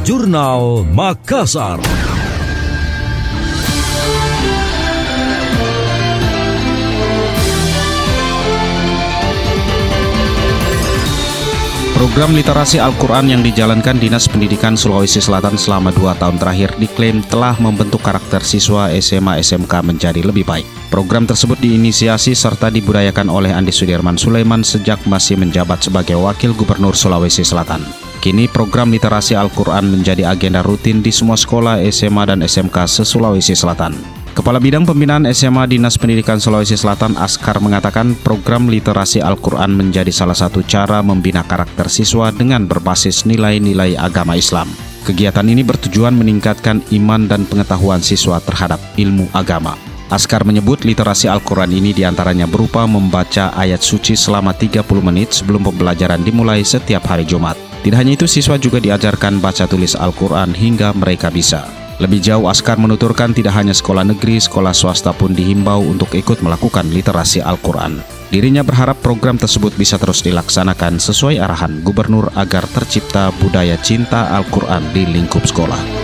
Jurnal Makassar. Program literasi Al-Quran yang dijalankan Dinas Pendidikan Sulawesi Selatan selama 2 tahun terakhir diklaim telah membentuk karakter siswa SMA-SMK menjadi lebih baik. Program tersebut diinisiasi serta dibudayakan oleh Andi Sudirman Sulaiman sejak masih menjabat sebagai Wakil Gubernur Sulawesi Selatan. Kini program literasi Al-Quran menjadi agenda rutin di semua sekolah SMA dan SMK se-Sulawesi Selatan. Kepala Bidang Pembinaan SMA Dinas Pendidikan Sulawesi Selatan Askar mengatakan program literasi Al-Quran menjadi salah satu cara membina karakter siswa dengan berbasis nilai-nilai agama Islam. Kegiatan ini bertujuan meningkatkan iman dan pengetahuan siswa terhadap ilmu agama. Askar menyebut literasi Al-Quran ini diantaranya berupa membaca ayat suci selama 30 menit sebelum pembelajaran dimulai setiap hari Jumat. Tidak hanya itu, siswa juga diajarkan baca tulis Al-Quran hingga mereka bisa. Lebih jauh, Askar menuturkan tidak hanya sekolah negeri, sekolah swasta pun dihimbau untuk ikut melakukan literasi Al-Quran. Dirinya berharap program tersebut bisa terus dilaksanakan sesuai arahan Gubernur agar tercipta budaya cinta Al-Quran di lingkup sekolah.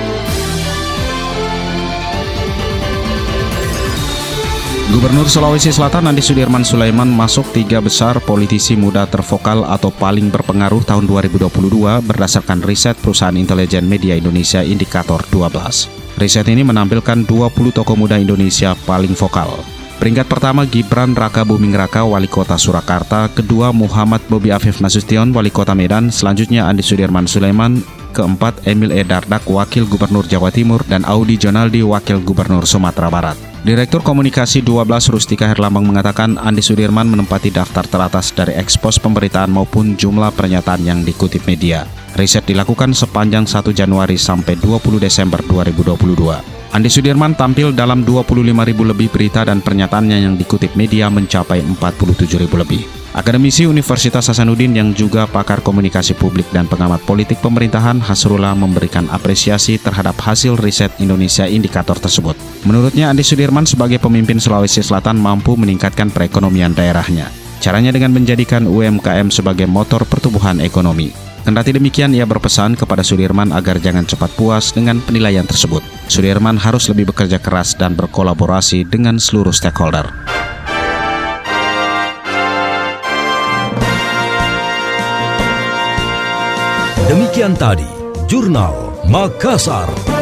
Gubernur Sulawesi Selatan Andi Sudirman Sulaiman masuk 3 besar politisi muda tervokal atau paling berpengaruh tahun 2022 berdasarkan riset perusahaan intelijen media Indonesia Indikator 12. Riset ini menampilkan 20 tokoh muda Indonesia paling vokal. Peringkat pertama Gibran Raka Buming Raka, Wali Kota Surakarta. Kedua Muhammad Bobi Afif Nasution, Wali Kota Medan. Selanjutnya Andi Sudirman Sulaiman. Keempat Emil E. Dardak, Wakil Gubernur Jawa Timur. Dan Audi Jonaldi, Wakil Gubernur Sumatera Barat. Direktur Komunikasi 12 Rustika Herlambang mengatakan Andi Sudirman menempati daftar teratas dari ekspos pemberitaan maupun jumlah pernyataan yang dikutip media. Riset dilakukan sepanjang 1 Januari sampai 20 Desember 2022. Andi Sudirman tampil dalam 25.000 lebih berita dan pernyataannya yang dikutip media mencapai 47.000 lebih. Akademisi Universitas Hasanuddin yang juga pakar komunikasi publik dan pengamat politik pemerintahan Hasrullah memberikan apresiasi terhadap hasil riset Indonesia Indikator tersebut. Menurutnya, Andi Sudirman sebagai pemimpin Sulawesi Selatan mampu meningkatkan perekonomian daerahnya. Caranya dengan menjadikan UMKM sebagai motor pertumbuhan ekonomi. Kendati demikian, ia berpesan kepada Sudirman agar jangan cepat puas dengan penilaian tersebut. Sudirman harus lebih bekerja keras dan berkolaborasi dengan seluruh stakeholder. Demikian tadi Jurnal Makassar.